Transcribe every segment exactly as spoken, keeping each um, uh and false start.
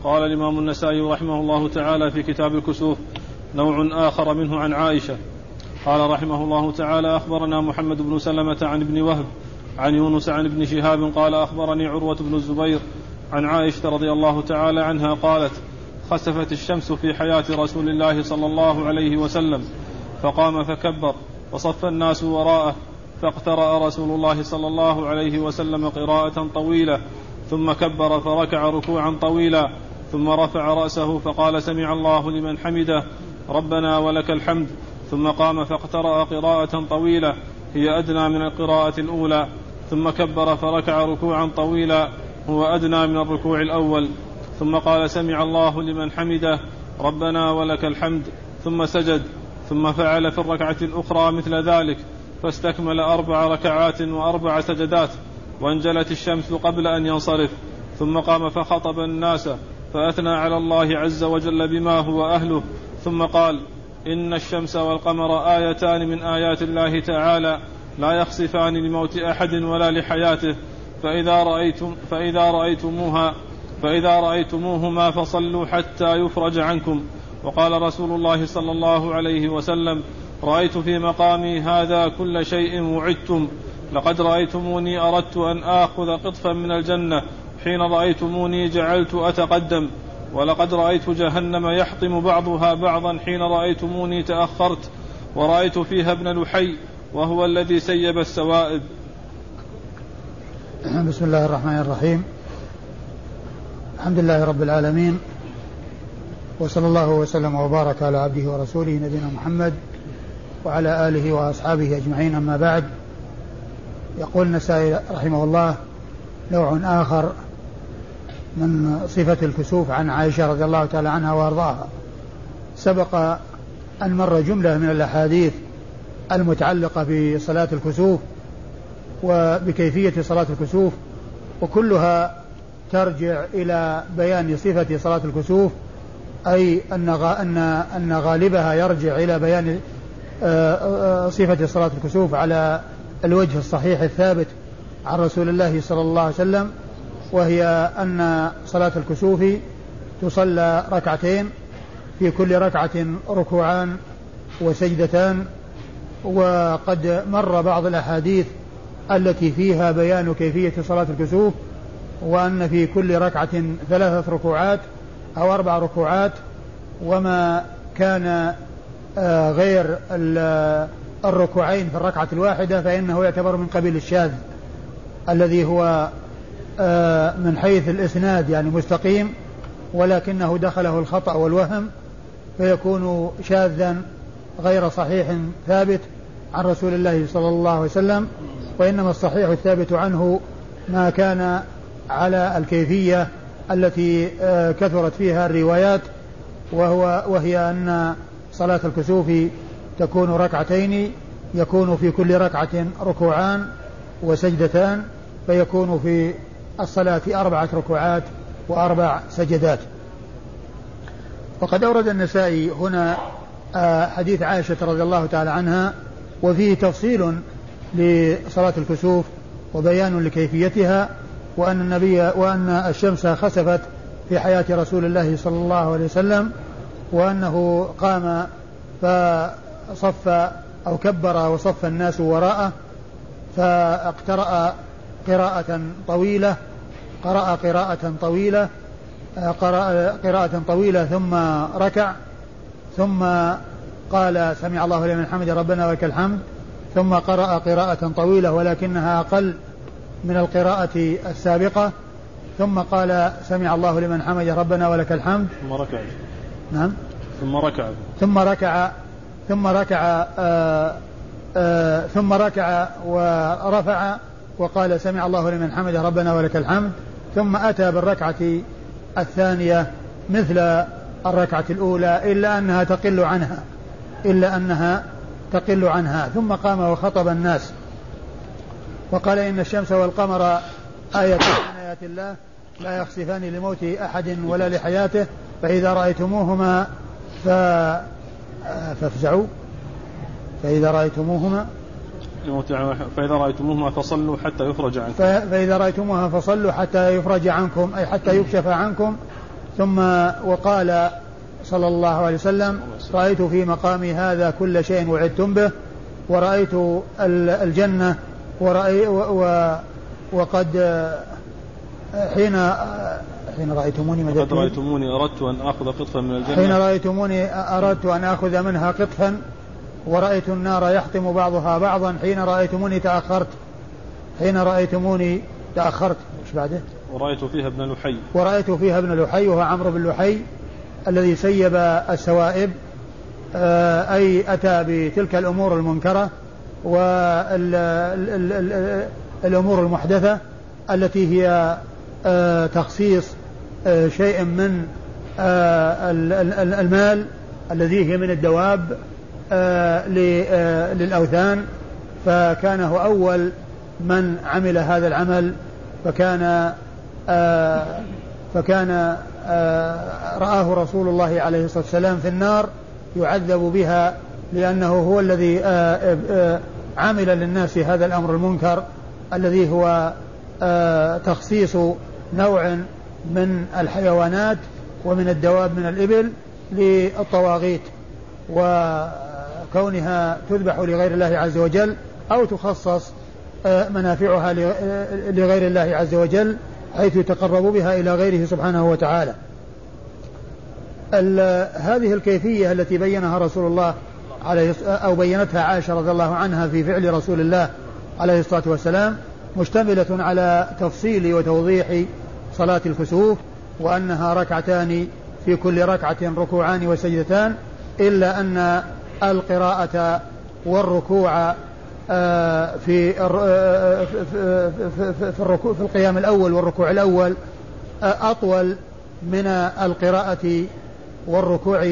قال الإمام النسائي رحمه الله تعالى في كتاب الكسوف نوع آخر منه عن عائشة. قال رحمه الله تعالى أخبرنا محمد بن سلمة عن ابن وهب عن يونس عن ابن شهاب قال أخبرني عروة بن الزبير عن عائشة رضي الله تعالى عنها قالت خسفت الشمس في حياة رسول الله صلى الله عليه وسلم فقام فكبر وصف الناس وراءه فاقترأ رسول الله صلى الله عليه وسلم قراءة طويلة ثم كبر فركع ركوعا طويلا ثم رفع رأسه فقال سمع الله لمن حمده ربنا ولك الحمد ثم قام فاقترأ قراءة طويلة هي أدنى من القراءة الأولى ثم كبر فركع ركوعا طويلا هو أدنى من الركوع الأول ثم قال سمع الله لمن حمده ربنا ولك الحمد ثم سجد ثم فعل في الركعة الأخرى مثل ذلك فاستكمل أربع ركعات وأربع سجدات وانجلت الشمس قبل أن ينصرف ثم قام فخطب الناس فأثنى على الله عز وجل بما هو أهله ثم قال إن الشمس والقمر آيتان من آيات الله تعالى لا يخسفان لموت أحد ولا لحياته فإذا رأيتم فإذا رأيتموها فإذا رأيتموهما فصلوا حتى يفرج عنكم. وقال رسول الله صلى الله عليه وسلم رأيت في مقامي هذا كل شيء وعدتم لقد رأيتموني أردت أن آخذ قطفا من الجنة حين رأيتموني جعلت أتقدم ولقد رأيت جهنم يحطم بعضها بعضا حين رأيتموني تأخرت ورأيت فيها ابن لحي وهو الذي سيب السوائب. بسم الله الرحمن الرحيم. الحمد لله رب العالمين وصلى الله وسلم وبارك على عبده ورسوله نبينا محمد وعلى آله وأصحابه أجمعين. أما بعد، يقول النسائي رحمه الله نوع آخر من صفة الكسوف عن عائشة رضي الله تعالى عنها وارضاها. سبق أن مر جملة من الأحاديث المتعلقة بصلاة الكسوف وبكيفية صلاة الكسوف، وكلها ترجع إلى بيان صفة صلاة الكسوف، أي أن أن غالبها يرجع إلى بيان صفة صلاة الكسوف على الوجه الصحيح الثابت عن رسول الله صلى الله عليه وسلم، وهي أن صلاة الكسوف تصلى ركعتين في كل ركعة ركوعان وسجدتان. وقد مر بعض الأحاديث التي فيها بيان كيفية صلاة الكسوف، وأن في كل ركعة ثلاثة ركوعات أو أربع ركوعات، وما كان غير الركوعين في الركعة الواحدة فإنه يعتبر من قبيل الشاذ الذي هو من حيث الإسناد يعني مستقيم، ولكنه دخله الخطأ والوهم فيكون شاذا غير صحيح ثابت عن رسول الله صلى الله عليه وسلم. وإنما الصحيح الثابت عنه ما كان على الكيفية التي كثرت فيها الروايات، وهو وهي أن صلاة الكسوف تكون ركعتين، يكون في كل ركعة ركوعان وسجدتان، فيكون في الصلاة أربعة ركوعات وأربع سجدات. وقد أورد النسائي هنا حديث عائشة رضي الله تعالى عنها، وفيه تفصيل لصلاة الكسوف وبيان لكيفيتها، وأن النبي وأن الشمس خسفت في حياة رسول الله صلى الله عليه وسلم، وأنه قام فصف أو كبر وصف الناس وراءه فاقترأ قراءة طويلة قرأ قراءة طويلة قرأ قراءة طويلة ثم ركع، ثم قال سمع الله لمن حمد ربنا ولك الحمد، ثم قرأ قراءة طويلة ولكنها أقل من القراءة السابقة، ثم قال سمع الله لمن حمد ربنا ولك الحمد ثم ركع نعم ثم ركع ثم ركع ثم ركع آآ آآ ثم ركع ورفع وقال سمع الله لمن حمد ربنا ولك الحمد، ثم أتى بالركعة الثانية مثل الركعة الأولى إلا أنها تقل عنها إلا أنها تقل عنها ثم قام وخطب الناس وقال إن الشمس والقمر آيتان من آيات الله لا يخسفان لموت أحد ولا لحياته فإذا رأيتموهما فافزعوا فإذا رأيتموهما فإذا رأيتموهما فصلوا حتى يفرج عنكم فإذا رأيتموها فصلوا حتى يفرج عنكم أي حتى يكشف عنكم ثم وقال صلى الله عليه وسلم رأيت في مقامي هذا كل شيء وعدتم به ورأيت الجنة ورأي و وقد حين حين رأيتموني قد رأيتموني أردت أن أخذ قطفا من الجنة حين رأيتموني أردت أن أخذ منها قطفا ورأيت النار يحطم بعضها بعضا حين رأيتموني تأخرت حين رأيتموني تأخرت إيش بعده؟ ورأيت فيها ابن لحي ورأيت فيها ابن لحي وهو عمرو بن لحي الذي سيب السوائب أي أتى بتلك الأمور المنكرة والأمور المحدثة التي هي تخصيص شيء من المال الذي هي من الدواب للأوثان، فكان هو أول من عمل هذا العمل، فكان فكان رآه رسول الله عليه الصلاة والسلام في النار يعذب بها لأنه هو الذي عمل للناس هذا الأمر المنكر الذي هو تخصيص نوع من الحيوانات ومن الدواب من الإبل للطواغيت وكونها تذبح لغير الله عز وجل أو تخصص منافعها لغير الله عز وجل حيث يتقرب بها إلى غيره سبحانه وتعالى. هذه الكيفية التي بينها رسول الله عليه أو بينتها عائشة رضي الله عنها في فعل رسول الله عليه الصلاة والسلام مشتملة على تفصيل وتوضيح صلاة الكسوف، وأنها ركعتان في كل ركعة ركوعان وسجدتان، إلا أن القراءة والركوع في في الركوع في القيام الأول والركوع الأول أطول من القراءة والركوع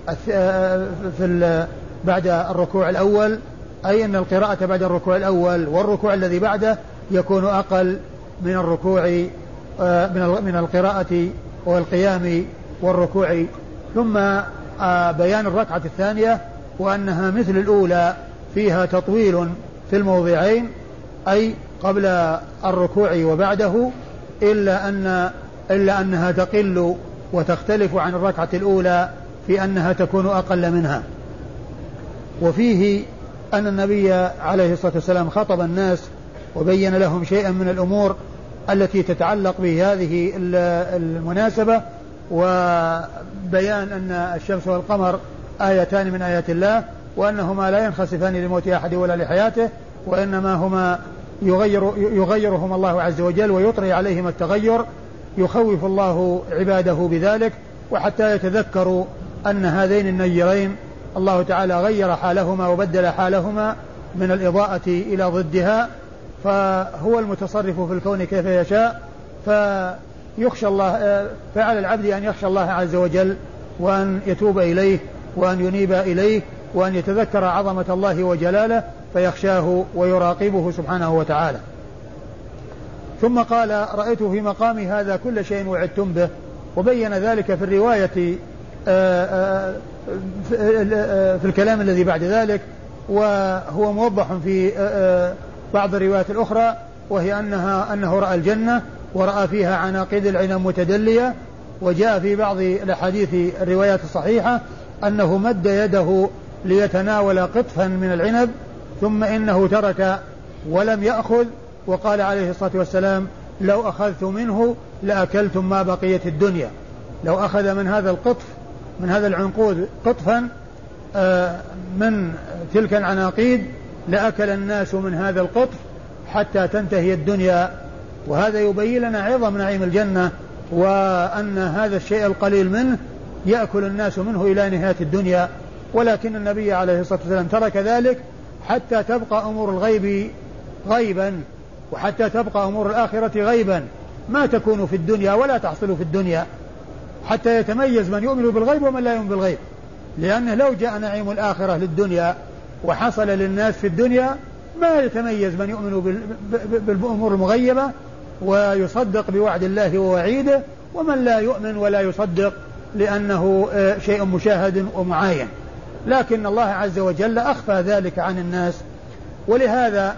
في بعد الركوع الأول، أي أن القراءة بعد الركوع الأول والركوع الذي بعده يكون أقل من الركوع من القراءة والقيام والركوع. ثم بيان الركعة الثانية وأنها مثل الأولى فيها تطويل في الموضعين أي قبل الركوع وبعده، إلا أن إلا أنها تقل وتختلف عن الركعة الأولى في أنها تكون أقل منها. وفيه أن النبي عليه الصلاة والسلام خطب الناس وبين لهم شيئا من الأمور التي تتعلق بهذه المناسبة، وبيان أن الشمس والقمر آيتان من آيات الله، وأنهما لا ينخسفان لموت أحد ولا لحياته، وإنما هما يغير يغيرهم الله عز وجل ويطري عليهم التغير، يخوف الله عباده بذلك، وحتى يتذكروا أن هذين النيرين الله تعالى غير حالهما وبدل حالهما من الإضاءة إلى ضدها، فهو المتصرف في الكون كيف يشاء، فيخشى الله فعلى العبد أن يخشى الله عز وجل وأن يتوب إليه وأن ينيب إليه وأن يتذكر عظمة الله وجلاله فيخشاه ويراقبه سبحانه وتعالى. ثم قال رأيت في مقامي هذا كل شيء وعدتم به، وبين ذلك في الرواية في الكلام الذي بعد ذلك، وهو موضح في بعض الروايات الأخرى، وهي أنها أنه رأى الجنة ورأى فيها عناقيد العنب متدلية، وجاء في بعض الأحاديث الروايات الصحيحة أنه مد يده ليتناول قطفا من العنب ثم إنه ترك ولم يأخذ، وقال عليه الصلاة والسلام لو أخذت منه لأكلتم ما بقيت الدنيا. لو أخذ من هذا القطف من هذا العنقود قطفا من تلك العناقيد لأكل الناس من هذا القطف حتى تنتهي الدنيا. وهذا يبين لنا عظم نعيم الجنة، وأن هذا الشيء القليل منه يأكل الناس منه إلى نهاية الدنيا، ولكن النبي عليه الصلاة والسلام ترك ذلك حتى تبقى أمور الغيب غيبا، وحتى تبقى أمور الآخرة غيبا ما تكون في الدنيا ولا تحصل في الدنيا، حتى يتميز من يؤمن بالغيب ومن لا يؤمن بالغيب. لأنه لو جاء نعيم الآخرة للدنيا وحصل للناس في الدنيا ما يتميز من يؤمن بالأمور المغيبة ويصدق بوعد الله ووعيده، ومن لا يؤمن ولا يصدق لأنه شيء مشاهد ومعاين. لكن الله عز وجل أخفى ذلك عن الناس، ولهذا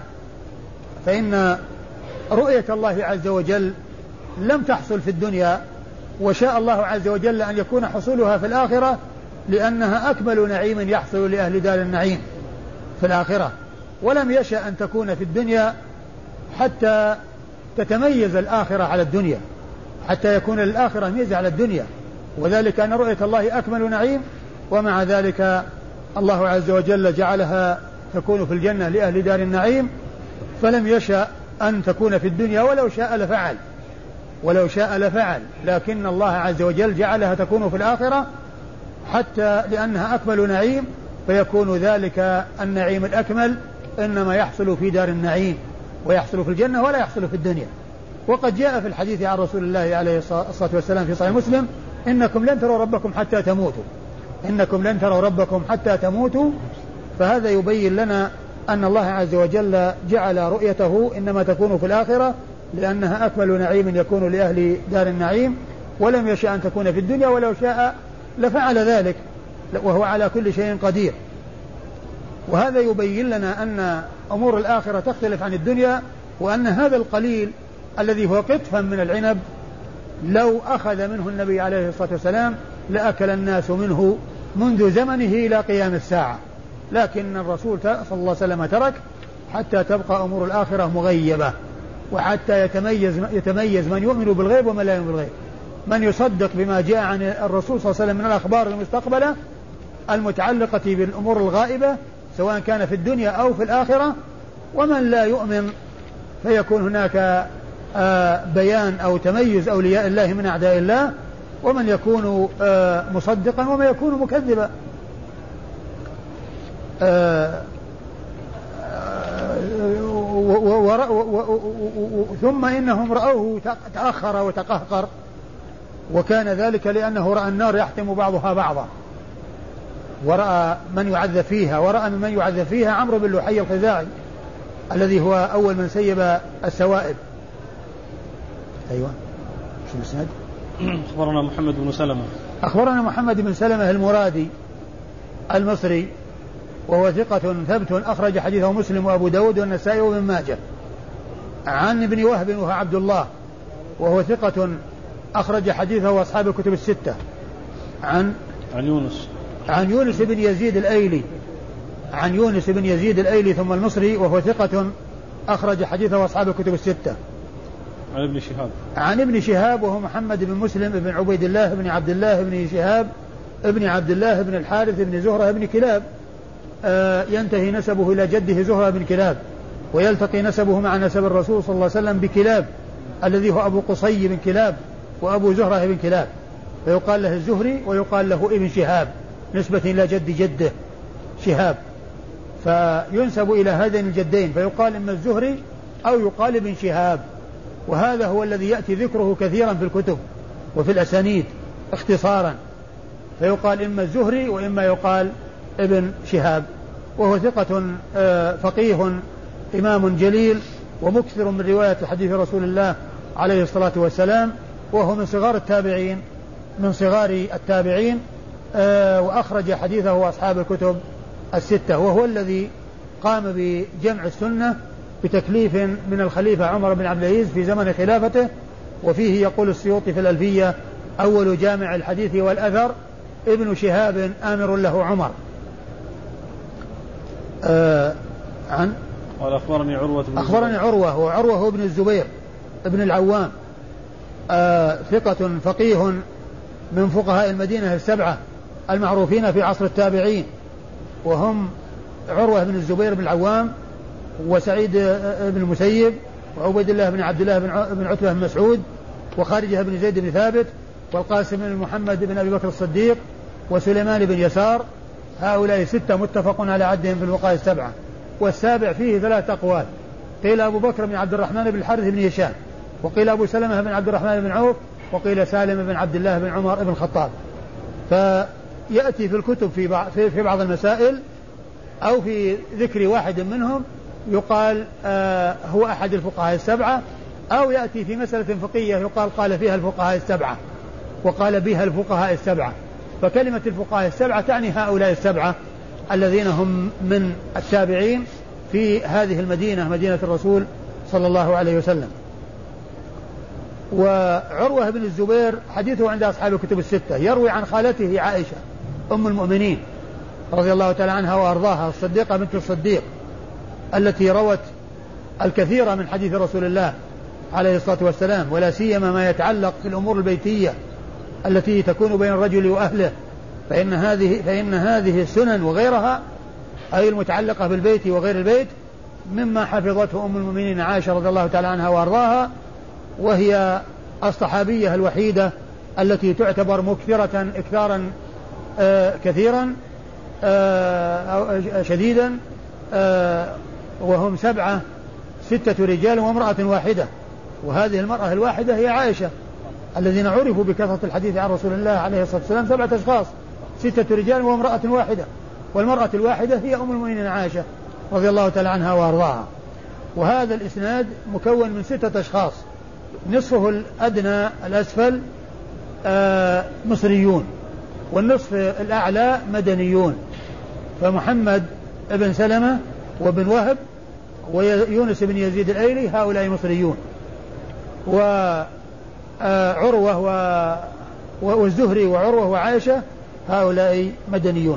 فإن رؤية الله عز وجل لم تحصل في الدنيا، وشاء الله عز وجل أن يكون حصولها في الآخرة لأنها أكمل نعيم يحصل لأهل دار النعيم في الآخرة، ولم يشأ أن تكون في الدنيا حتى تتميز الآخرة على الدنيا، حتى يكون للآخرة ميزة على الدنيا، وذلك أن رؤية الله أكمل نعيم، ومع ذلك الله عز وجل جعلها تكون في الجنة لأهل دار النعيم، فلم يشأ أن تكون في الدنيا، ولو شاء لفعل ولو شاء لفعل لكن الله عز وجل جعلها تكون في الآخرة حتى لأنها أكمل نعيم، فيكون ذلك النعيم الأكمل إنما يحصل في دار النعيم، ويحصل في الجنة ولا يحصل في الدنيا. وقد جاء في الحديث عن رسول الله عليه الصلاة والسلام في صحيح مسلم: إنكم لن تروا ربكم حتى تموتوا إنكم لن تروا ربكم حتى تموتوا. فهذا يبين لنا أن الله عز وجل جعل رؤيته إنما تكون في الآخرة لأنها أكمل نعيم يكون لأهل دار النعيم، ولم يشاء أن تكون في الدنيا، ولو شاء لفعل ذلك، وهو على كل شيء قدير. وهذا يبين لنا أن أمور الآخرة تختلف عن الدنيا، وأن هذا القليل الذي هو قطفا من العنب لو أخذ منه النبي عليه الصلاة والسلام لأكل الناس منه منذ زمنه إلى قيام الساعة، لكن الرسول صلى الله عليه وسلم ترك حتى تبقى أمور الآخرة مغيبة، وحتى يتميز, يتميز من يؤمن بالغيب ومن لا يؤمن بالغيب، من يصدق بما جاء عن الرسول صلى الله عليه وسلم من الأخبار المستقبلة المتعلقة بالأمور الغائبة سواء كان في الدنيا أو في الآخرة، ومن لا يؤمن فيكون هناك بيان أو تميز أولياء الله من أعداء الله، ومن يكون مصدقا ومن يكون مكذبا. ثم إنهم رأوه تأخر وتقهقر، وكان ذلك لأنه رأى النار يحتم بعضها بعضا، ورأى من يعذب فيها، ورأى من يعذب فيها عمرو بن لحي الخزاعي الذي هو أول من سيب السوائب. أيوة شو الإسناد؟ أخبرنا محمد بن سلمة أخبرنا محمد بن سلمة المرادي المصري، وهو ثقة ثبت أخرج حديثه مسلم وأبو داود والنسائي وابن ماجه. عن ابن وهب وهو عبد الله، وهو ثقة أخرج حديثه أصحاب الكتب الستة. عن عن يونس عن يونس بن يزيد الأيلي عن يونس بن يزيد الأيلي ثم المصري، وهو ثقة أخرج حديثه أصحاب الكتب الستة. عن ابن شهاب عن ابن شهاب وهو محمد بن مسلم بن عبيد الله بن عبد الله بن شهاب ابن عبد الله بن الحارث بن زهرة بن كلاب، آه ينتهي نسبه إلى جده زهرة بن كلاب، ويلتقي نسبه مع نسب الرسول صلى الله عليه وسلم بكلاب الذي هو أبو قصي بن كلاب وأبو زهرة بن كلاب، فيقال له الزهري ويقال له ابن شهاب نسبة إلى جد جده شهاب، فينسب إلى هذين الجدين، فيقال إما الزهري أو يقال ابن شهاب. وهذا هو الذي يأتي ذكره كثيرا في الكتب وفي الأسانيد اختصارا، فيقال إما الزهري وإما يقال ابن شهاب. وهو ثقة فقيه إمام جليل ومكثر من رواية حديث رسول الله عليه الصلاة والسلام، وهو من صغار التابعين من صغار التابعين وأخرج حديثه أصحاب الكتب الستة، وهو الذي قام بجمع السنة بتكليف من الخليفة عمر بن عبد العزيز في زمن خلافته. وفيه يقول السيوطي في الألفية: أول جامع الحديث والأثر ابن شهاب آمر له عمر. آه عن قال أخبرني عروة بن أخبرني عروة وعروة هو ابن الزبير ابن العوام، آه ثقة فقيه من فقهاء المدينة السبعة المعروفين في عصر التابعين، وهم عروة بن الزبير بن العوام وسعيد بن المسيب وعبيد الله بن عبد الله بن عتبة بن مسعود وخارجة بن زيد بن ثابت والقاسم بن محمد بن أبي بكر الصديق وسليمان بن يسار. هؤلاء ستة متفق على عدهم في الفقهاء السبعة، والسابع فيه ثلاث أقوال: قيل أبو بكر بن عبد الرحمن بن الحارث بن هشام، وقيل أبو سلمة بن عبد الرحمن بن عوف، وقيل سالم بن عبد الله بن عمر بن الخطاب. فيأتي في الكتب في بعض, في بعض المسائل أو في ذكر واحد منهم يقال آه هو أحد الفقهاء السبعة، أو يأتي في مسألة فقهية يقال قال فيها الفقهاء السبعة وقال بها الفقهاء السبعة. فكلمة الفقهاء السبعة تعني هؤلاء السبعة الذين هم من التابعين في هذه المدينة، مدينة الرسول صلى الله عليه وسلم. وعروة بن الزبير حديثه عند أصحاب الكتب الستة، يروي عن خالته عائشة أم المؤمنين رضي الله تعالى عنها وأرضاها الصديقة بنت الصديق التي روت الكثير من حديث رسول الله عليه الصلاة والسلام، ولا سيما ما يتعلق في الأمور البيتية التي تكون بين الرجل وأهله، فإن هذه فإن هذه السنن وغيرها أي المتعلقة بالبيت وغير البيت مما حفظته أم المؤمنين عائشة رضي الله تعالى عنها وأرضاها، وهي الصحابية الوحيدة التي تعتبر مكثرة إكثارا آه كثيرا آه شديدا آه وهم سبعة ستة رجال وامرأة واحدة، وهذه المرأة الواحدة هي عائشة الذين عرفوا بكثرة الحديث عن رسول الله عليه الصلاة والسلام سبعة أشخاص ستة رجال وامرأة واحدة، والمرأة الواحدة هي أم المؤمنين عائشة رضي الله تعالى عنها وأرضاها. وهذا الإسناد مكون من ستة أشخاص، نصفه الأدنى الأسفل آه مصريون، والنصف الأعلى مدنيون، فمحمد بن سلمة وابن وهب ويونس بن يزيد الأيلي هؤلاء مصريون، وعروة والزهري وعروة وعائشة هؤلاء مدنيون.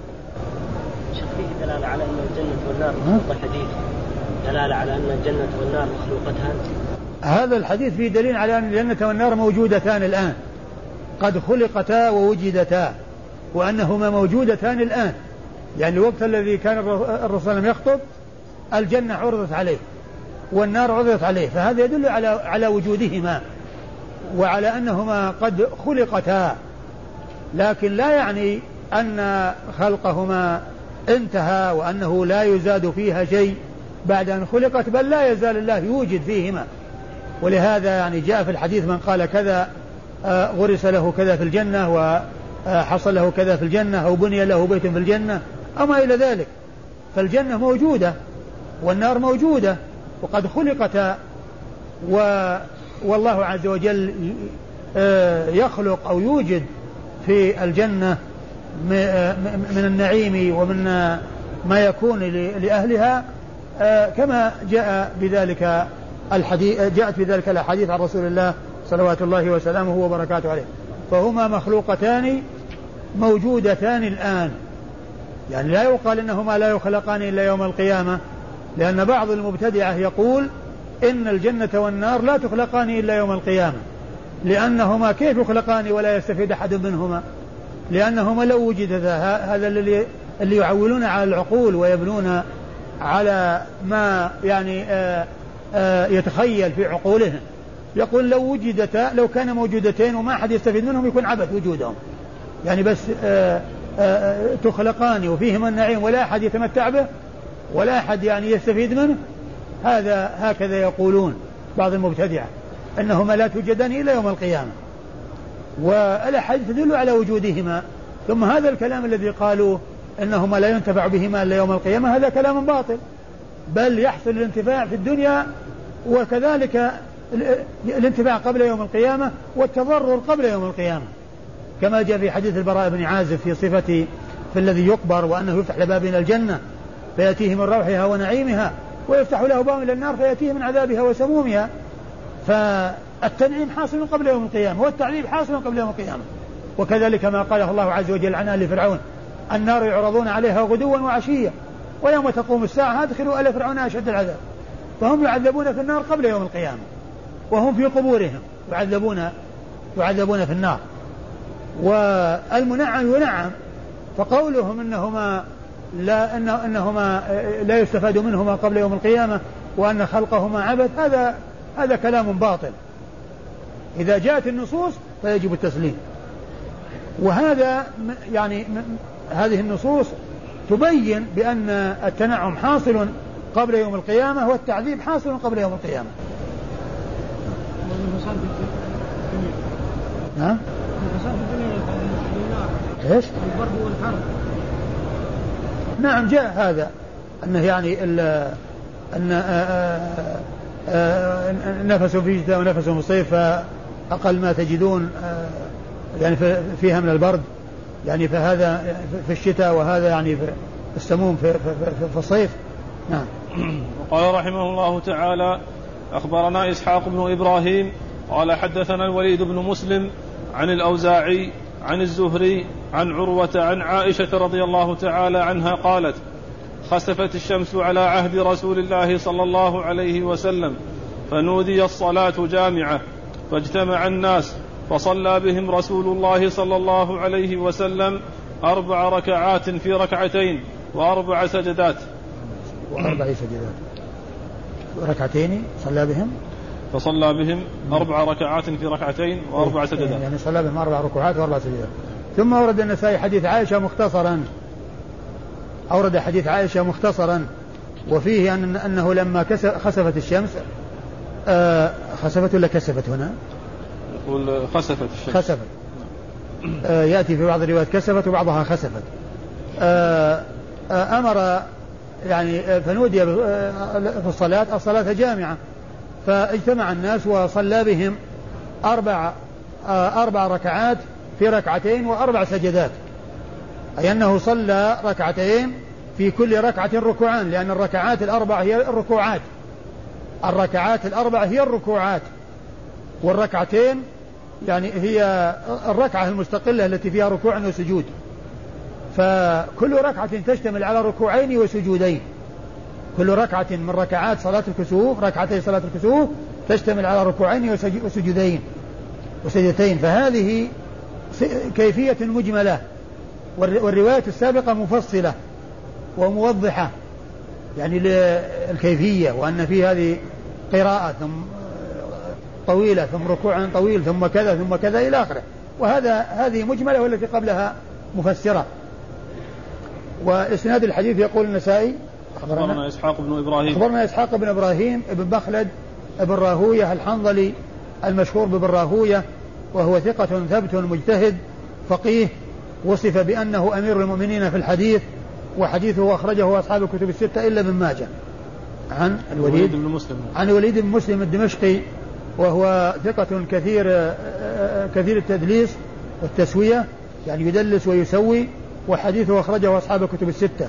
فيه دلالة على أن الجنة والنار مخلوقة حديث دلالة على أن الجنة والنار مخلوقتان. هذا الحديث فيه دليل على أن الجنة والنار موجودتان الآن، قد خلقتا ووجدتا، وأنهما موجودتان الآن، يعني الوقت الذي كان الرسول لم يخطب الجنة عرضت عليه والنار عرضت عليه، فهذا يدل على على وجودهما وعلى أنهما قد خلقتا، لكن لا يعني أن خلقهما انتهى وأنه لا يزاد فيها شيء بعد أن خلقت، بل لا يزال الله يوجد فيهما. ولهذا يعني جاء في الحديث من قال كذا غرس له كذا في الجنة وحصل له كذا في الجنة أو بني له بيت في الجنة أو ما إلى ذلك، فالجنة موجودة والنار موجودة وقد خلقتا، والله عز وجل يخلق أو يوجد في الجنة من النعيم ومن ما يكون لأهلها كما جاء بذلك الحديث جاءت في ذلك الحديث عن رسول الله صلوات الله وسلامه وبركاته عليه. فهما مخلوقتان موجودتان الآن، يعني لا يقال إنهما لا يخلقان إلا يوم القيامة، لأن بعض المبتدعة يقول إن الجنة والنار لا تخلقان إلا يوم القيامة، لأنهما كيف يخلقان ولا يستفيد أحد منهما؟ لأنهما لو وجدتا، هذا اللي, اللي يعولون على العقول ويبنون على ما يعني آآ آآ يتخيل في عقولهم، يقول لو وجدتا لو كان موجودتين وما أحد يستفيد منهم يكون عبث وجودهم، يعني بس آآ آآ تخلقان وفيهما النعيم ولا أحد يتمتع به ولا أحد يعني يستفيد منه، هذا هكذا يقولون بعض المبتدعة أنهما لا توجدان إلا يوم القيامة، والأحاديث تدل على وجودهما. ثم هذا الكلام الذي قالوا أنهما لا ينتفع بهما إلا يوم القيامة هذا كلام باطل، بل يحصل الانتفاع في الدنيا وكذلك الانتفاع قبل يوم القيامة والتضرر قبل يوم القيامة، كما جاء في حديث البراء بن عازب في صفة في الذي يقبر وأنه يفتح لباب إلى الجنة فيأتيه من روحها ونعيمها ويفتح له باب إلى النار فيأتيه من عذابها وسمومها، فالتنعيم حاصل قبل يوم القيامة والتعذيب حاصل قبل يوم القيامة. وكذلك ما قاله الله عز وجل عن آل فرعون النار يعرضون عليها غدوا وعشيا ويوم تقوم الساعة أدخلوا آل فرعون أشد العذاب، فهم يعذبون في النار قبل يوم القيامة وهم في قبورهم يعذبون يعذبون في النار. والمنعم ينعم، فقولهم إنهما لا إن إنهما لا يستفاد منهما قبل يوم القيامة وأن خلقهما عبث، هذا هذا كلام باطل. إذا جاءت النصوص فيجب التسليم، وهذا يعني هذه النصوص تبين بأن التنعم حاصل قبل يوم القيامة والتعذيب حاصل قبل يوم القيامة. نعم. ايش؟ البرد والحر. نعم جاء هذا أنه يعني أن نفس في الشتاء ونفس في الصيف فأقل ما تجدون يعني فيها من البرد، يعني فهذا في الشتاء وهذا يعني في السموم في, في, في الصيف. نعم. وقال رحمه الله تعالى: أخبرنا إسحاق بن إبراهيم قال حدثنا الوليد بن مسلم عن الأوزاعي عن الزهري عن عروة عن عائشة رضي الله تعالى عنها قالت خسفت الشمس على عهد رسول الله صلى الله عليه وسلم فنودي الصلاة جامعة فاجتمع الناس فصلى بهم رسول الله صلى الله عليه وسلم أربع ركعات في ركعتين وأربع سجدات وأربع سجدات ركعتين صلى بهم فصلى بهم أربع ركعات في ركعتين وأربع سجدات يعني صلى بهم أربع ركعات وأربع سجدات. ثم أورد النسائي حديث عائشة مختصرا أورد حديث عائشة مختصرا وفيه أن أنه لما خسفت الشمس آه خسفت ولا كسفت هنا يقول خسفت الشمس خسفت آه يأتي في بعض الروايات كسفت وبعضها خسفت آه آه أمر يعني فنودي في الصلاة الصلاة جامعة فاجتمع الناس وصلى بهم أربع آه أربع ركعات في ركعتين وأربع سجدات أي أنه صلى ركعتين في كل ركعة ركوعان لأن الركعات الأربع هي الركوعات الركعات الأربع هي الركوعات والركعتين يعني هي الركعة المستقلة التي فيها ركوع وسجود فكل ركعة تشتمل على ركوعين وسجودين كل ركعة من ركعات صلاة الكسوف ركعتي صلاة الكسوف تشتمل على ركوعين وسجودين وسجدتين فهذه كيفية مجملة والرواية السابقة مفصلة وموضحة يعني للكيفية وأن في هذه قراءة ثم طويلة ثم ركوع طويل ثم كذا ثم كذا إلى آخره وهذا هذه مجملة والتي قبلها مفسرة. وإسناد الحديث يقول النسائي أخبرنا إسحاق بن إبراهيم أخبرنا إسحاق بن إبراهيم بن مخلد بن راهوية الحنظلي المشهور بن راهوية وهو ثقة ثبت مجتهد فقيه وصف بأنه أمير المؤمنين في الحديث وحديثه أخرجه أصحاب الكتب الستة إلا ابن ماجه عن الوليد بن مسلم عن الوليد بن مسلم الدمشقي وهو ثقة كثير كثير التدليس والتسوية يعني يدلس ويسوي وحديثه أخرجه أصحاب الكتب الستة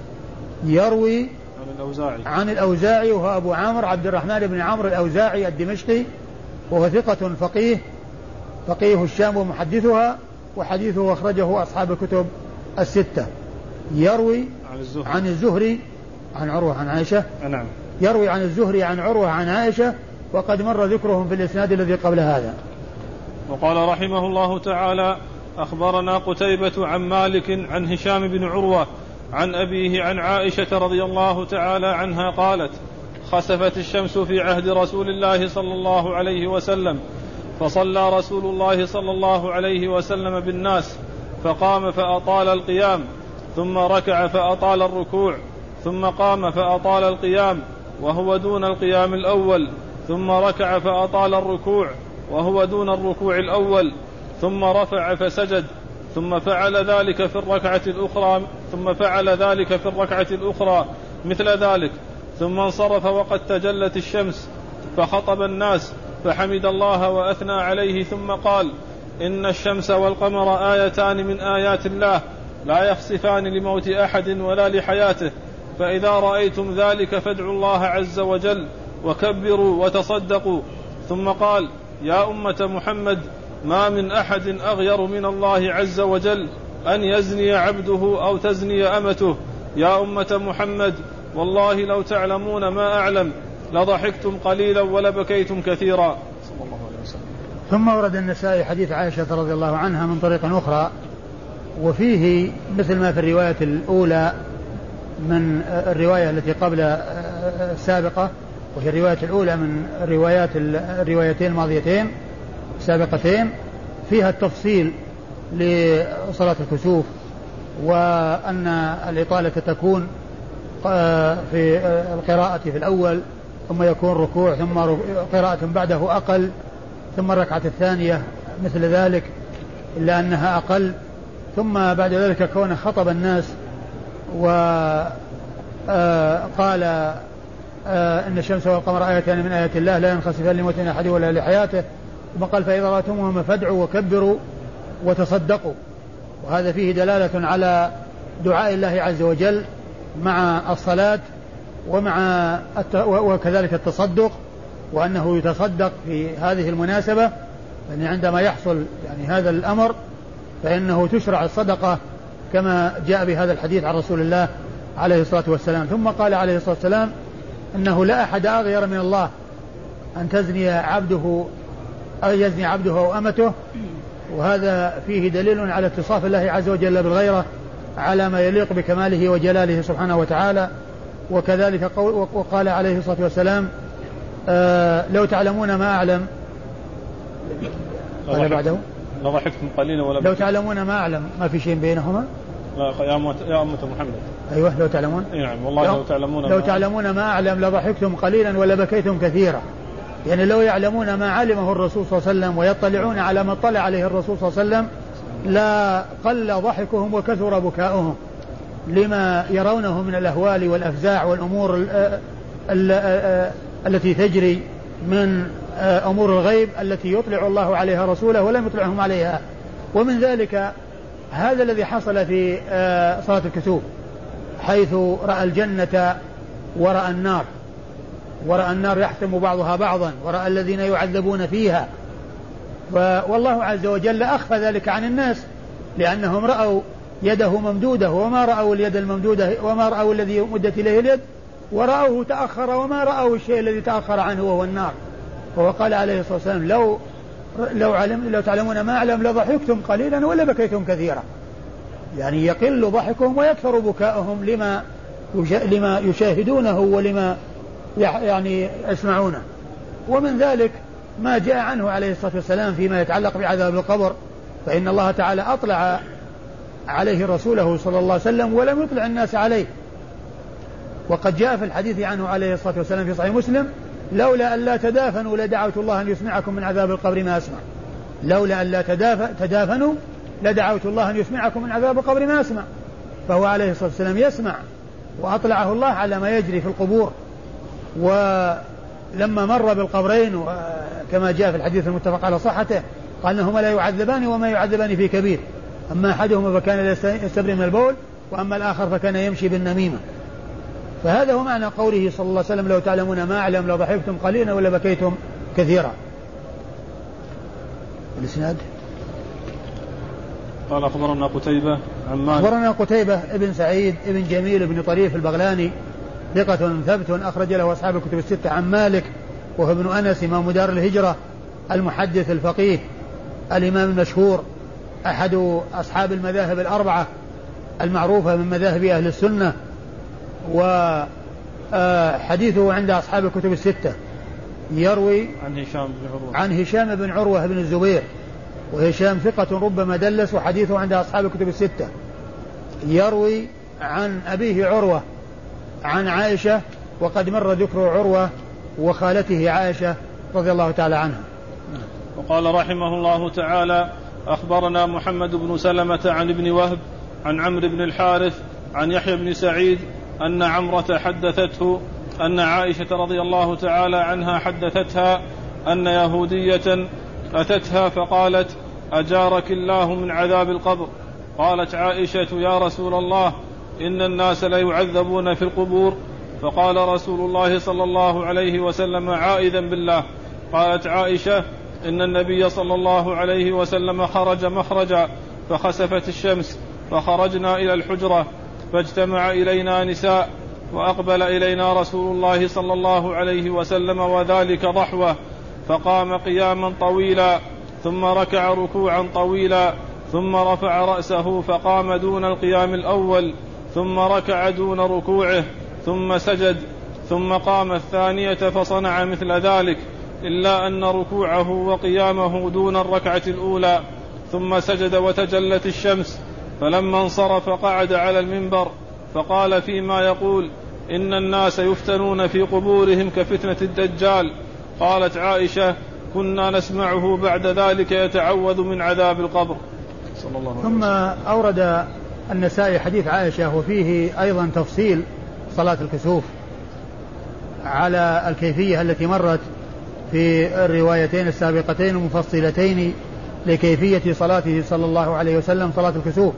يروي عن الأوزاعي عن الأوزاعي وهو أبو عامر عبد الرحمن بن عمرو الأوزاعي الدمشقي وهو ثقة فقيه فقيه الشام ومحدثها وحديثه أخرجه أصحاب الكتب الستة يروي عن الزهري عن الزهري عن عروة عن عائشة نعم يروي عن الزهري عن عروة عن عائشة وقد مر ذكرهم في الإسناد الذي قبل هذا. وقال رحمه الله تعالى أخبرنا قتيبة عن مالك عن هشام بن عروة عن أبيه عن عائشة رضي الله تعالى عنها قالت خسفت الشمس في عهد رسول الله صلى الله عليه وسلم فصلى رسول الله صلى الله عليه وسلم بالناس فقام فأطال القيام ثم ركع فأطال الركوع ثم قام فأطال القيام وهو دون القيام الأول ثم ركع فأطال الركوع وهو دون الركوع الأول ثم رفع فسجد ثم فعل ذلك في الركعة الأخرى ثم فعل ذلك في الركعة الأخرى مثل ذلك ثم انصرف وقد تجلت الشمس فخطب الناس فحمد الله وأثنى عليه ثم قال إن الشمس والقمر آيتان من آيات الله لا يخسفان لموت أحد ولا لحياته فإذا رأيتم ذلك فادعوا الله عز وجل وكبروا وتصدقوا ثم قال يا أمة محمد ما من أحد أغير من الله عز وجل أن يزني عبده أو تزني أمته يا أمة محمد والله لو تعلمون ما أعلم لضحكتم قليلا ولبكيتم كثيرا. صلى الله عليه وسلم. ثم ورد النسائي حديث عائشة رضي الله عنها من طريق أخرى وفيه مثل ما في الرواية الأولى من الرواية التي قبل السابقة وهي الرواية الأولى من روايات الروايتين الماضيتين السابقتين فيها التفصيل لصلاة الكسوف وأن الإطالة تكون في القراءة في الأول ثم يكون ركوع ثم قراءة بعده أقل ثم الركعة الثانية مثل ذلك إلا أنها أقل ثم بعد ذلك كون خطب الناس وقال إن الشمس والقمر آيتان من آيات الله لا ينخسفان لموت أحد ولا لحياته ثم قال فإذا رأيتموهما فادعوا وكبروا وتصدقوا وهذا فيه دلالة على دعاء الله عز وجل مع الصلاة ومع الت... وكذلك التصدق وأنه يتصدق في هذه المناسبة يعني عندما يحصل يعني هذا الأمر فإنه تشرع الصدقة كما جاء بهذا الحديث عن رسول الله عليه الصلاة والسلام. ثم قال عليه الصلاة والسلام إنه لا أحد أغير من الله أن تزني عبده أو يزني عبده أو أمته، وهذا فيه دليل على اتصاف الله عز وجل بالغيرة على ما يليق بكماله وجلاله سبحانه وتعالى. وكذلك وقال عليه الصلاة والسلام آه لو تعلمون ما أعلم قال بعده لضحكتم قليلا ولا لو تعلمون ما أعلم ما في شيء بينهما. لا يا أمة يا أمة محمد. أيوة لو تعلمون. نعم والله لو, لو تعلمون لو تعلمون ما أعلم لضحكتم قليلا ولا بكيتم كثيرا. يعني لو يعلمون ما علمه الرسول صلى الله عليه وسلم ويطلعون على ما اطلع عليه الرسول صلى الله عليه وسلم لا قل ضحكهم وكثر بكاؤهم لما يرونه من الأهوال والأفزاع والأمور ال ال ال التي تجري من أمور الغيب التي يطلع الله عليها رسوله ولم يطلعهم عليها. ومن ذلك هذا الذي حصل في صلاة الكسوف حيث رأى الجنة ورأى النار، ورأى النار يحتم بعضها بعضا، ورأى الذين يعذبون فيها. والله عز وجل أخفى ذلك عن الناس لأنهم رأوا يده ممدودة وما رأوا اليد الممدودة وما رأوا الذي مدت إليه اليد، ورأوه تأخر وما رأوا الشيء الذي تأخر عنه وهو النار. وهو قال عليه الصلاة والسلام لو لو علم لو تعلمون ما أعلم لضحكتم قليلا ولا بكيتم كثيرا. يعني يقل ضحكهم ويكثر بكاؤهم لما لما يشاهدونه ولما يعني يسمعونه. ومن ذلك ما جاء عنه عليه الصلاة والسلام فيما يتعلق بعذاب القبر، فإن الله تعالى أطلع عليه رسوله صلى الله عليه وسلم ولم يطلع الناس عليه. وقد جاء في الحديث عنه عليه الصلاة والسلام في صحيح مسلم لولا أن لا تدافنوا لدعوت الله أن يسمعكم من عذاب القبر ما أسمع. لولا أن لا تدافنوا لدعوت الله أن يسمعكم من عذاب القبر ما أسمع. فهو عليه الصلاة والسلام يسمع، وأطلعه الله على ما يجري في القبور. ولما مر بالقبرين كما جاء في الحديث المتفق على صحته قال إنهما لا يعذبان وما يعذبان في كبير، أما أحدهما فكان يستبرئ من البول وأما الآخر فكان يمشي بالنميمة. فهذا هو معنى قوله صلى الله عليه وسلم لو تعلمون ما أعلم لضحكتم قليلا ولا بكيتم كثيرا. الإسناد قال أخبرنا قتيبة عن مالك. أخبرنا قتيبة ابن سعيد ابن جميل ابن طريف البغلاني ثقة ثبت أخرج له أصحاب الكتب الستة عن مالك وهو ابن أنس إمام دار الهجرة المحدث الفقيه الإمام المشهور أحد أصحاب المذاهب الأربعة المعروفة من مذاهب أهل السنة، وحديثه عند أصحاب الكتب الستة. يروي عن هشام بن عروة عن هشام بن عروة بن الزبير، وهشام ثقة ربما دلس، وحديثه عند أصحاب الكتب الستة. يروي عن أبيه عروة عن عائشة، وقد مر ذكر عروة وخالته عائشة رضي الله تعالى عنها. وقال رحمه الله تعالى أخبرنا محمد بن سلمة عن ابن وهب عن عمرو بن الحارث عن يحيى بن سعيد أن عمرة حدثته أن عائشة رضي الله تعالى عنها حدثتها أن يهودية أتتها فقالت أجارك الله من عذاب القبر. قالت عائشة يا رسول الله إن الناس لا يعذبون في القبور. فقال رسول الله صلى الله عليه وسلم عائذا بالله. قالت عائشة إن النبي صلى الله عليه وسلم خرج مخرجا فخسفت الشمس فخرجنا إلى الحجرة فاجتمع إلينا نساء وأقبل إلينا رسول الله صلى الله عليه وسلم وذلك ضحوة، فقام قياما طويلا ثم ركع ركوعا طويلا ثم رفع رأسه فقام دون القيام الأول ثم ركع دون ركوعه ثم سجد ثم قام الثانية فصنع مثل ذلك إلا أن ركوعه وقيامه دون الركعة الأولى ثم سجد وتجلت الشمس. فلما انصرف قعد على المنبر فقال فيما يقول إن الناس يفتنون في قبورهم كفتنة الدجال. قالت عائشة كنا نسمعه بعد ذلك يتعوذ من عذاب القبر. صلى الله عليه وسلم. ثم أورد النسائي حديث عائشة وفيه أيضا تفصيل صلاة الكسوف على الكيفية التي مرت في الروايتين السابقتين المفصلتين لكيفية صلاته صلى الله عليه وسلم صلاة الكسوف.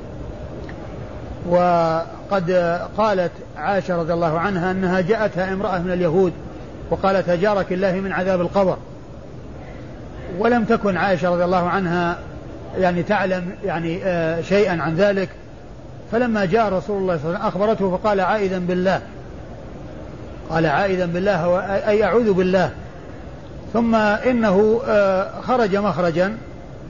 وقد قالت عائشة رضي الله عنها أنها جاءتها امرأة من اليهود وقالت أجارك الله من عذاب القبر، ولم تكن عائشة رضي الله عنها يعني تعلم يعني آه شيئا عن ذلك. فلما جاء رسول الله صلى الله عليه وسلم أخبرته فقال عائذا بالله، قال عائذا بالله أي أعوذ بالله. ثم إنه آه خرج مخرجا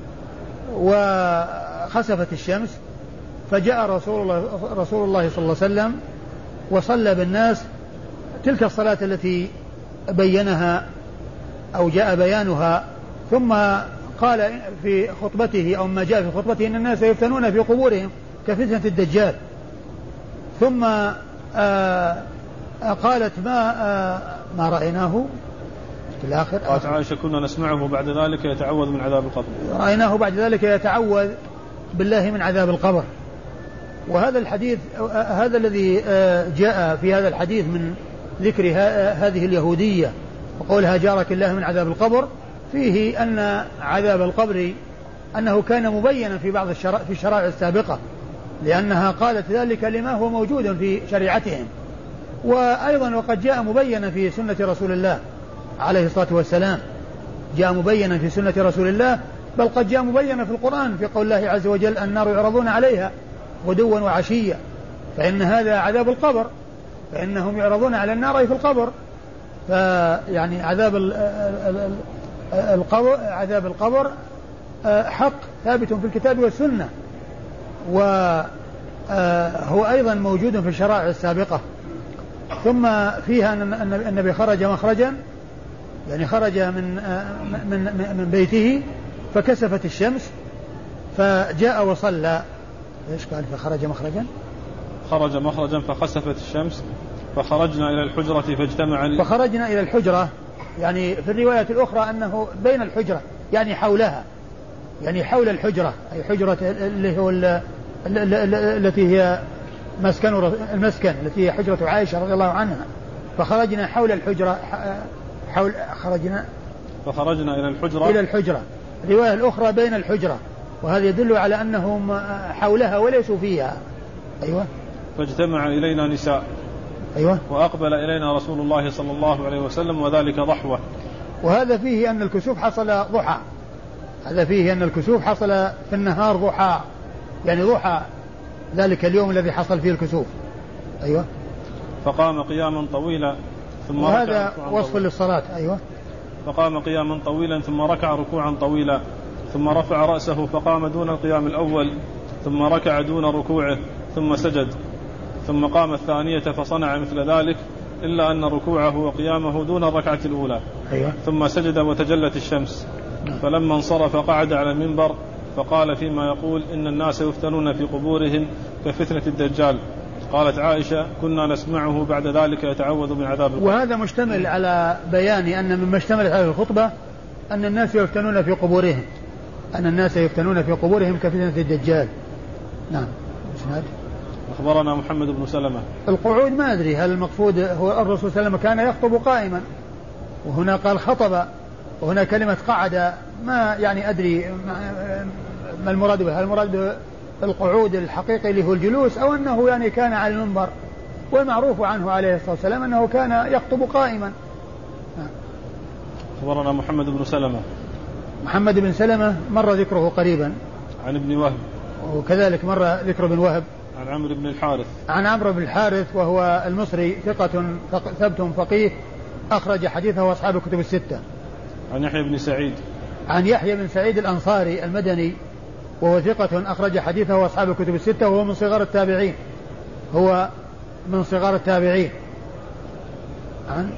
وخسفت الشمس، فجاء رسول الله, رسول الله صلى الله عليه وسلم وصلى بالناس تلك الصلاة التي بينها أو جاء بيانها. ثم قال في خطبته أو ما جاء في خطبته إن الناس يفتنون في قبورهم كفتنة الدجال. ثم آآ آآ قالت ما ما رأيناه في الآخر. قالت عائشة كنا نسمعه بعد ذلك يتعوذ من عذاب القبر، رأيناه بعد ذلك يتعوذ بالله من عذاب القبر. وهذا الحديث هذا الذي جاء في هذا الحديث من ذكر هذه اليهودية وقولها جارك الله من عذاب القبر، فيه أن عذاب القبر أنه كان مبينا في بعض الشرائع في الشرائع السابقة، لأنها قالت ذلك لما هو موجود في شريعتهم. وأيضا وقد جاء مبينا في سنة رسول الله عليه الصلاة والسلام، جاء مبينا في سنة رسول الله، بل قد جاء مبينا في القرآن في قول الله عز وجل النار يعرضون عليها غدوا وعشيا، فإن هذا عذاب القبر، فإنهم يعرضون على النار في القبر. فيعني عذاب القبر عذاب القبر حق ثابت في الكتاب والسنة، وهو أيضا موجود في الشرائع السابقة. ثم فيها أن النبي خرج مخرجا، يعني خرج من من من بيته فكسفت الشمس فجاء وصلى. ايش قال؟ فخرج مخرجا خرج مخرجا فخسفت الشمس فخرجنا إلى الحجرة فاجتمع فخرجنا إلى الحجرة، يعني في الرواية الأخرى أنه بين الحجرة يعني حولها، يعني حول الحجرة، أي حجرة اللي هو التي هي مسكن المسكن التي هي حجرة عائشة رضي الله عنها. فخرجنا حول الحجرة حول خرجنا فخرجنا إلى الحجرة إلى الحجرة الرواية الأخرى بين الحجرة، وهذا يدل على أنهم حولها وليسوا فيها. أيوة. فاجتمع إلينا نساء. أيوة. وأقبل إلينا رسول الله صلى الله عليه وسلم وذلك ضحوة. وهذا فيه أن الكسوف حصل ضحى، هذا فيه أن الكسوف حصل في النهار ضحى، يعني ضحى ذلك اليوم الذي حصل فيه الكسوف. أيوة. فقام قياما طويلا ثم وهذا وصف للصلاة. أيوة. فقام قياما طويلا ثم ركع ركوعا طويلا ثم رفع رأسه فقام دون القيام الأول ثم ركع دون ركوعه ثم سجد ثم قام الثانية فصنع مثل ذلك إلا أن ركوعه وقيامه دون الركعة الأولى. أيوة. ثم سجد وتجلت الشمس. فلما انصرف قعد على المنبر فقال فيما يقول إن الناس يفتنون في قبورهم كفتنة الدجال. قالت عائشة كنا نسمعه بعد ذلك يتعوذ من عذاب القبر. وهذا مشتمل على بيان أن مما اشتملت على الخطبة أن الناس يفتنون في قبورهم، أن الناس يفتنون في قبورهم كفتنة الدجال. نعم. اسناد. أخبرنا محمد بن سلمة. القعود ما أدري هل المقصود هو الرسول صلى الله عليه وسلم كان يخطب قائما، وهنا قال خطب، وهنا كلمة قعد، ما يعني أدري ما المراد به، هل المراد القعود الحقيقي اللي هو الجلوس أو أنه يعني كان على المنبر. والمعروف عنه عليه الصلاة والسلام أنه كان يخطب قائما. أخبرنا محمد بن سلمة. محمد بن سلمة مر ذكره قريبا. عن ابن وهب. وكذلك مر ذكر ابن وهب. عن عمرو بن الحارث. عن عمرو بن الحارث وهو المصري ثقة ثبت فقيه أخرج حديثه أصحاب الكتب الستة. عن يحيى بن سعيد. عن يحيى بن سعيد الأنصاري المدني وهو ثقة أخرج حديثه أصحاب الكتب الستة، وهو من صغار التابعين، هو من صغار التابعين. عن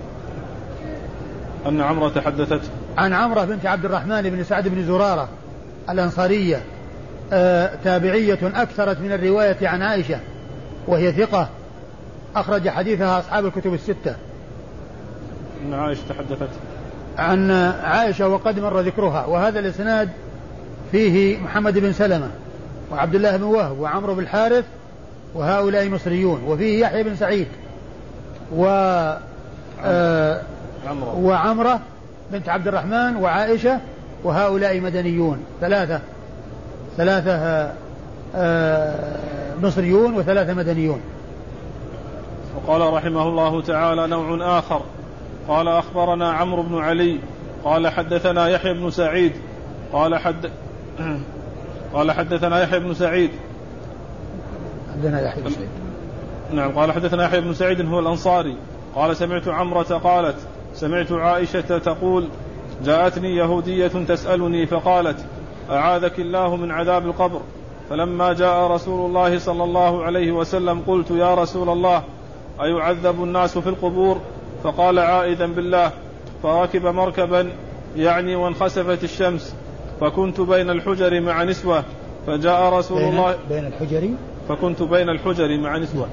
أن عمرة تحدثت عن عمرة بنت عبد الرحمن بن سعد بن زرارة الأنصارية، آه تابعية أكثرت من الرواية عن عائشة، وهي ثقة أخرج حديثها أصحاب الكتب الستة. أن عائشة تحدثت عن عائشة وقد مر ذكرها. وهذا الإسناد فيه محمد بن سلمة وعبد الله بن وهب وعمرو بن الحارث وهؤلاء مصريون، وفيه يحيى بن سعيد و آه وعمرة بنت عبد الرحمن وعائشة، وهؤلاء مدنيون، ثلاثة ثلاثة آه مصريون وثلاثة مدنيون. وقال رحمه الله تعالى نوع آخر. قال أخبرنا عمرو بن علي قال حدثنا يحيى بن سعيد قال حد قال حدثنا يحيى بن سعيد عندنا يحيى بن سعيد نعم قال حدثنا يحيى بن سعيد هو الأنصاري قال سمعت عمرة قالت سمعت عائشة تقول جاءتني يهودية تسألني فقالت أعاذك الله من عذاب القبر، فلما جاء رسول الله صلى الله عليه وسلم قلت يا رسول الله أيعذب الناس في القبور؟ فقال عائذا بالله، فركب مركبا يعني وانخسفت الشمس، فكنت بين الحجر مع نسوة فجاء رسول بين الله بين الحجر فكنت بين الحجر مع نسوة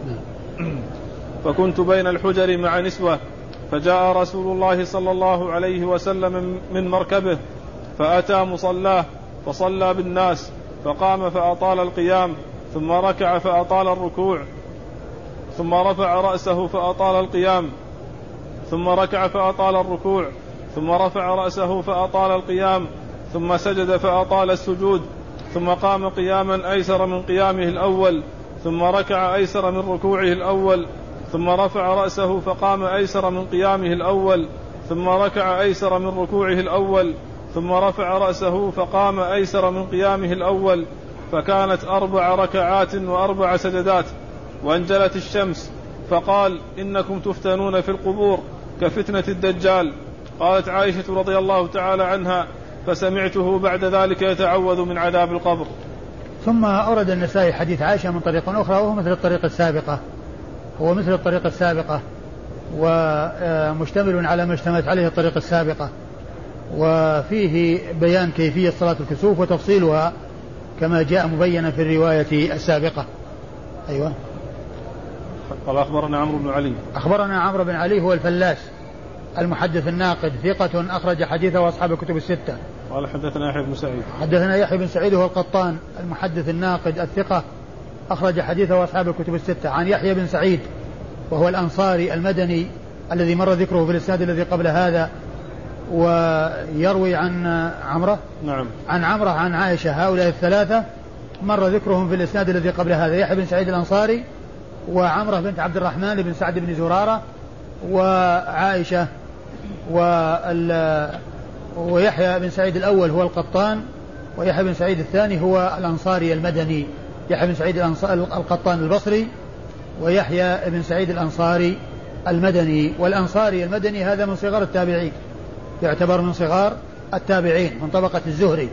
فكنت بين الحجر مع نسوة فجاء رسول الله صلى الله عليه وسلم من مركبه فأتى مصلاه فصلى بالناس، فقام فأطال القيام، ثم ركع فأطال الركوع، ثم رفع رأسه فأطال القيام، ثم ركع فأطال الركوع، ثم رفع رأسه فأطال القيام، ثم سجد فأطال السجود، ثم قام قياما أيسر من قيامه الأول، ثم ركع أيسر من ركوعه الأول، ثم رفع رأسه فقام أيسر من قيامه الأول، ثم ركع أيسر من ركوعه الأول، ثم رفع رأسه فقام أيسر من قيامه الأول، فكانت أربع ركعات وأربع سجدات. وانجلت الشمس فقال إنكم تفتنون في القبور كفتنة الدجال. قالت عائشة رضي الله تعالى عنها فسمعته بعد ذلك يتعوذ من عذاب القبر. ثم أورد النسائي حديث عائشة من طريق أخرى وهو مثل الطريقة السابقة هو مثل الطريقة السابقة ومشتمل على ما اشتملت عليه الطريقة السابقة، وفيه بيان كيفية صلاة الكسوف وتفصيلها كما جاء مبينا في الرواية السابقة. أيوة. قال أخبرنا عمرو بن علي أخبرنا عمرو بن علي هو الفلاس المحدث الناقد ثقة أخرج حديثه وأصحاب الكتب الستة. قال حدثنا يحيى بن سعيد حدثنا يحيى بن سعيد هو القطان المحدث الناقد الثقة أخرج حديثه وأصحاب الكتب الستة. عن يحيى بن سعيد وهو الأنصاري المدني الذي مر ذكره في الإسناد الذي قبل هذا، ويروي عن عمرة نعم عن عمرة عن عائشة. هؤلاء الثلاثة مر ذكرهم في الإسناد الذي قبل هذا، يحيى بن سعيد الأنصاري وعمرة بنت عبد الرحمن بن سعد بن زرارة وعائشة، ويحيى بن سعيد الأول هو القطان، ويحيى بن سعيد الثاني هو الأنصاري المدني، يحيى بن سعيد القطان البصري ويحيى بن سعيد الأنصاري المدني. والأنصاري المدني هذا من صغار التابعين، يعتبر من صغار التابعين من طبقة الزهري.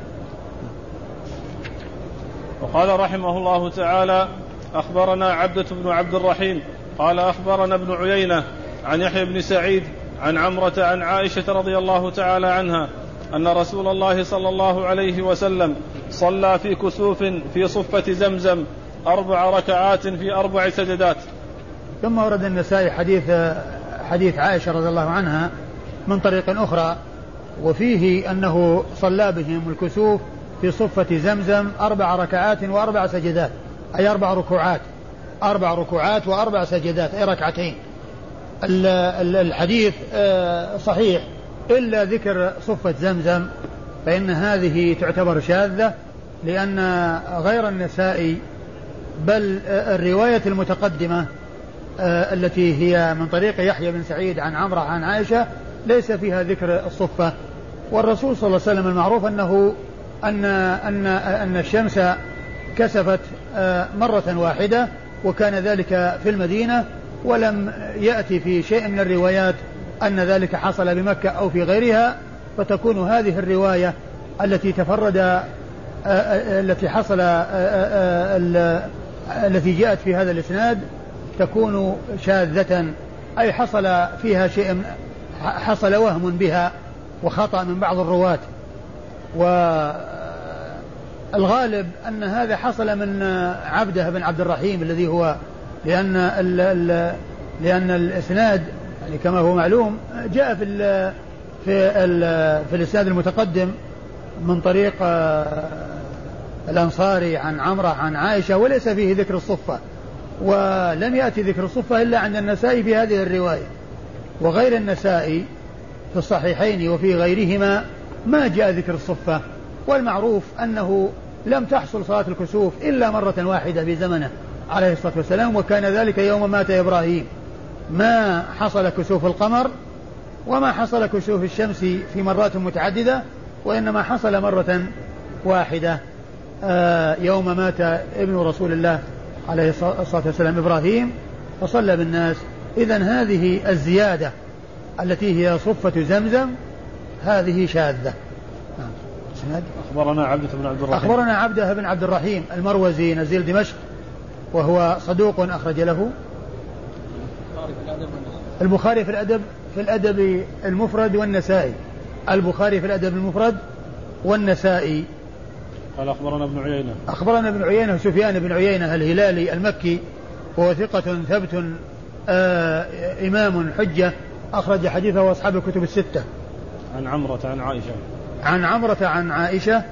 وقال رحمه الله تعالى أخبرنا عبدة بن عبد الرحيم قال أخبرنا ابن عيينة عن يحيى بن سعيد عن عمرة عن عائشة رضي الله تعالى عنها أن رسول الله صلى الله عليه وسلم صلى في كسوف في صفة زمزم أربع ركعات في أربع سجدات. ثم ورد النسائي حديث حديث عائشة رضي الله عنها من طريق أخرى، وفيه أنه صلى بهم الكسوف في صفة زمزم أربع ركعات وأربع سجدات، أي أربع ركوعات أربع ركوعات وأربع سجدات أي ركعتين. الحديث صحيح إلا ذكر صفة زمزم، فإن هذه تعتبر شاذة، لأن غير النسائي بل الرواية المتقدمة التي هي من طريق يحيى بن سعيد عن عمرة عن عائشة ليس فيها ذكر الصفة. والرسول صلى الله عليه وسلم المعروف أنه أن, أن, أن الشمس كسفت مرة واحدة، وكان ذلك في المدينة، ولم يأتي في شيء من الروايات أن ذلك حصل بمكة أو في غيرها، فتكون هذه الرواية التي تفرد التي حصل التي جاءت في هذا الإسناد تكون شاذة، أي حصل فيها شيء، حصل وهم بها وخطأ من بعض الرواة. والغالب أن هذا حصل من عبده بن عبد الرحيم الذي هو لأن ال ال لأن الإسناد يعني كما هو معلوم جاء في ال في ال في الإسناد المتقدم من طريق الأنصاري عن عمرة عن عائشة، وليس فيه ذكر الصفة، ولم يأتي ذكر الصفة إلا عند النسائي في هذه الرواية. وغير النسائي في الصحيحين وفي غيرهما ما جاء ذكر الصفة. والمعروف أنه لم تحصل صلاة الكسوف إلا مرة واحدة في زمنه عليه الصلاة والسلام، وكان ذلك يوم مات إبراهيم. ما حصل كسوف القمر وما حصل كسوف الشمس في مرات متعددة، وإنما حصل مرة واحدة يوم مات ابن رسول الله عليه الصلاة والسلام إبراهيم فصلى بالناس. إذن هذه الزيادة التي هي صفة زمزم هذه شاذة. أخبرنا عبدة بن عبد الرحيم أخبرنا عبدة بن عبد الرحيم المروزي نزيل دمشق وهو صدوق أخرج له البخاري في الأدب في الأدب المفرد والنسائي. البخاري في الأدب المفرد والنسائي. قال أخبرنا ابن عيينة أخبرنا ابن عيينة سفيان بن عيينة الهلالي المكي وهو ثقة ثبت آه إمام حجة أخرج حديثه وأصحاب الكتب الستة. عن عمرة عن عائشة عن عمرة عن عائشة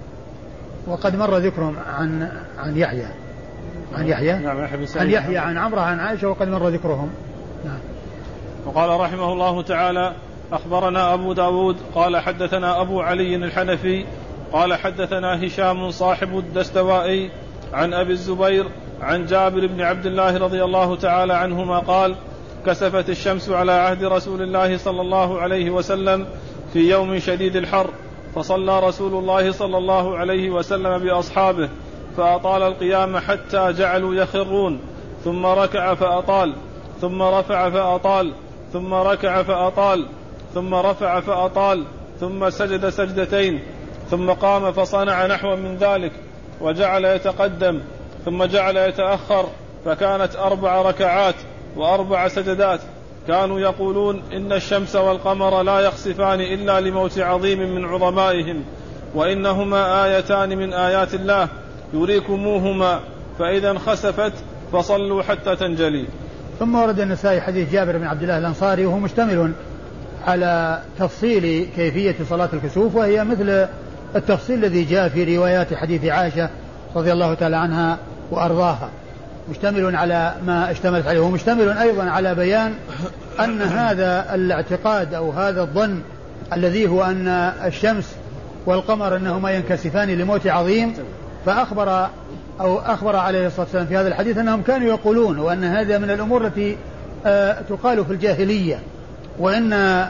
وقد مر ذكرهم عن عن يحيى عن يحيى نعم عن يحيى عن عمرة عن عائشة وقد مر ذكرهم. نعم. وقال رحمه الله تعالى أخبرنا أبو داود قال حدثنا أبو علي الحنفي قال حدثنا هشام صاحب الدستوائي عن أبي الزبير عن جابر بن عبد الله رضي الله تعالى عنهما قال كسفت الشمس على عهد رسول الله صلى الله عليه وسلم في يوم شديد الحر فصلى رسول الله صلى الله عليه وسلم بأصحابه فأطال القيام حتى جعلوا يخرون ثم ركع فأطال ثم رفع فأطال ثم ركع فأطال ثم رفع فأطال ثم سجد سجدتين ثم قام فصنع نحو من ذلك وجعل يتقدم ثم جعل يتأخر فكانت أربع ركعات وأربع سجدات. كانوا يقولون إن الشمس والقمر لا يخسفان إلا لموت عظيم من عظمائهم وإنهما آيتان من آيات الله يريكموهما فإذا انخسفت فصلوا حتى تنجلي. ثم ورد النسائي حديث جابر بن عبد الله الأنصاري وهو مشتمل على تفصيل كيفية صلاة الكسوف وهي مثل التفصيل الذي جاء في روايات حديث عائشة رضي الله تعالى عنها وأرضاها مشتمل على ما اشتملت عليه ومشتمل أيضا على بيان أن هذا الاعتقاد أو هذا الظن الذي هو أن الشمس والقمر أنهما ينكسفان لموت عظيم فأخبر أو أخبر عليه الصلاة والسلام في هذا الحديث أنهم كانوا يقولون وأن هذا من الأمور التي تقال في الجاهلية وأن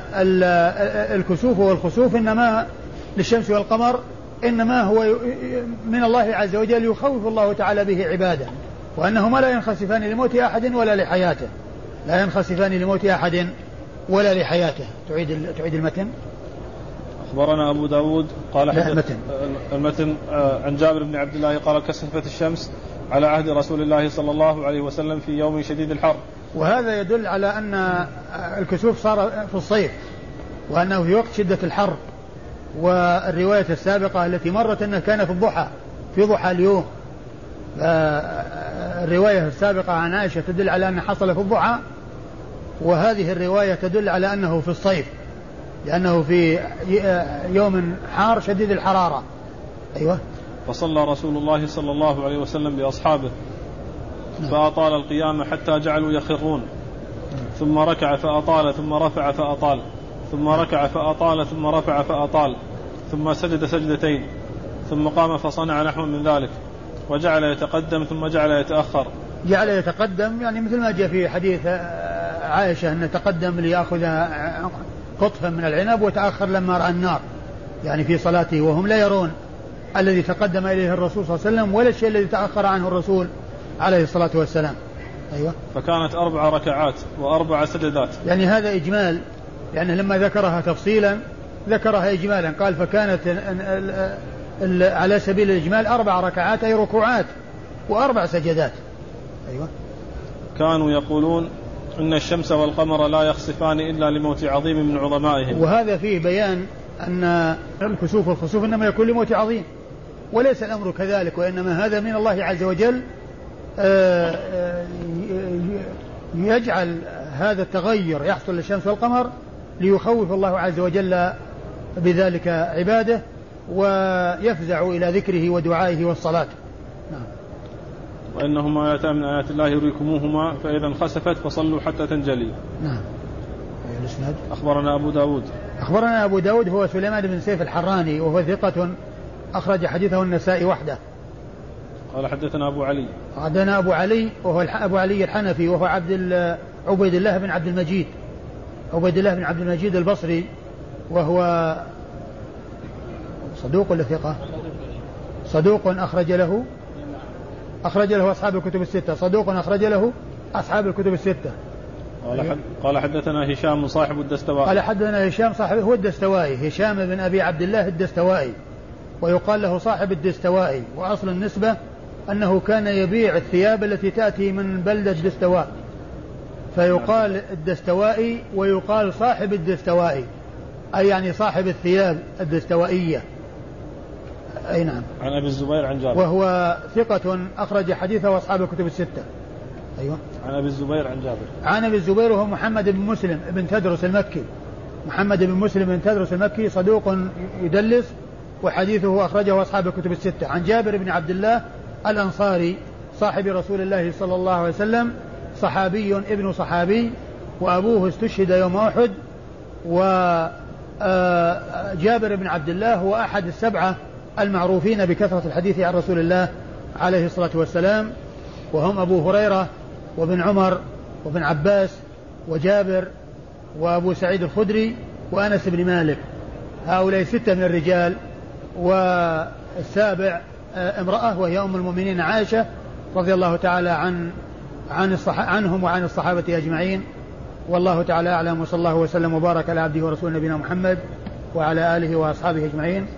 الكسوف والخسوف إنما للشمس والقمر إنما هو من الله عز وجل يخوف الله تعالى به عباده وأنهما لا ينخسفان لموت أحد ولا لحياته لا ينخسفان لموت أحد ولا لحياته. تعيد تعيد المتن. أخبرنا أبو داود قال المتن المتن عن جابر بن عبد الله قال كسفت الشمس على عهد رسول الله صلى الله عليه وسلم في يوم شديد الحر. وهذا يدل على أن الكسوف صار في الصيف وأنه في وقت شدة الحر. والرواية السابقة التي مرت أنه كان في الضحى في ضحى اليوم. الرواية السابقة عن عائشة تدل على أنه حصل في الضحى وهذه الرواية تدل على أنه في الصيف لأنه في يوم حار شديد الحرارة. أيوة. فصلى رسول الله صلى الله عليه وسلم بأصحابه فأطال القيام حتى جعلوا يخرون ثم ركع فأطال ثم رفع فأطال ثم ركع فأطال ثم رفع فأطال ثم سجد سجدتين ثم قام فصنع نحو من ذلك وجعل يتقدم ثم جعل يتأخر. جعل يتقدم يعني مثل ما جاء في حديث عائشة أن تقدم ليأخذ قطفا من العنب وتأخر لما رأى النار يعني في صلاته وهم لا يرون الذي تقدم إليه الرسول صلى الله عليه وسلم ولا الشيء الذي تأخر عنه الرسول عليه الصلاة والسلام. أيوة. فكانت أربع ركعات وأربع سجدات يعني هذا إجمال لأنه يعني لما ذكرها تفصيلا ذكرها إجمالا قال فكانت على سبيل الإجمال أربع ركعات أي ركوعات وأربع سجدات. أيوة. كانوا يقولون إن الشمس والقمر لا يخسفان إلا لموت عظيم من عظمائهم. وهذا فيه بيان أن الكسوف والخسوف إنما يكون لموت عظيم وليس الأمر كذلك وإنما هذا من الله عز وجل يجعل هذا التغير يحصل للشمس والقمر ليخوف الله عز وجل بذلك عباده ويفزع إلى ذكره ودعائه والصلاة. نعم. وإنهما آيتان من آيات الله يريكموهما فإذا انخسفت فصلوا حتى تنجلي. نعم. أخبرنا أبو داود أخبرنا أبو داود هو سليمان بن سيف الحراني وهو ثقة أخرج حديثه النسائي وحده. قال حدثنا أبو علي حدثنا أبو علي وهو أبو علي الحنفي وهو عبد عبيد الله بن عبد المجيد عبيد الله بن عبد المجيد البصري وهو صدوق ولا ثقة؟ صدوق أخرج له أخرج له أصحاب الكتب الستة. صدوق أخرج له أصحاب الكتب الستة. قال حدثنا هشام صاحب الدستوائي. قال حدثنا هشام صاحب هو الدستوائي، هشام بن أبي عبد الله الدستوائي، ويقال له صاحب الدستوائي، وأصل النسبة أنه كان يبيع الثياب التي تأتي من بلدة دستواء، فيقال الدستوائي ويقال صاحب الدستوائي، أي يعني صاحب الثياب الدستوائية. أي نعم. عن أبي الزبير عن جابر. وهو ثقة أخرج حديثه وأصحاب الكتب الستة. أيوة. عن أبي الزبير عن جابر. عن أبي الزبير وهو محمد بن مسلم بن تدرس المكي. محمد بن مسلم بن تدرس المكي صدوق يدلس، وحديثه أخرجه أصحاب الكتب الستة. عن جابر بن عبد الله الأنصاري صاحب رسول الله صلى الله عليه وسلم، صحابي ابن صحابي، وأبوه استشهد يوم أحد. وجابر بن عبد الله هو أحد السبعة المعروفين بكثرة الحديث عن رسول الله عليه الصلاة والسلام، وهم أبو هريرة وابن عمر وابن عباس وجابر وأبو سعيد الخدري وأنس بن مالك. هؤلاء ستة من الرجال، والسابع امرأة وهي أم المؤمنين عائشة رضي الله تعالى عن عن الصح... عنهم وعن الصحابة أجمعين. والله تعالى أعلم، وصلى الله وسلم وبارك على عبده ورسوله نبينا محمد وعلى آله وأصحابه أجمعين.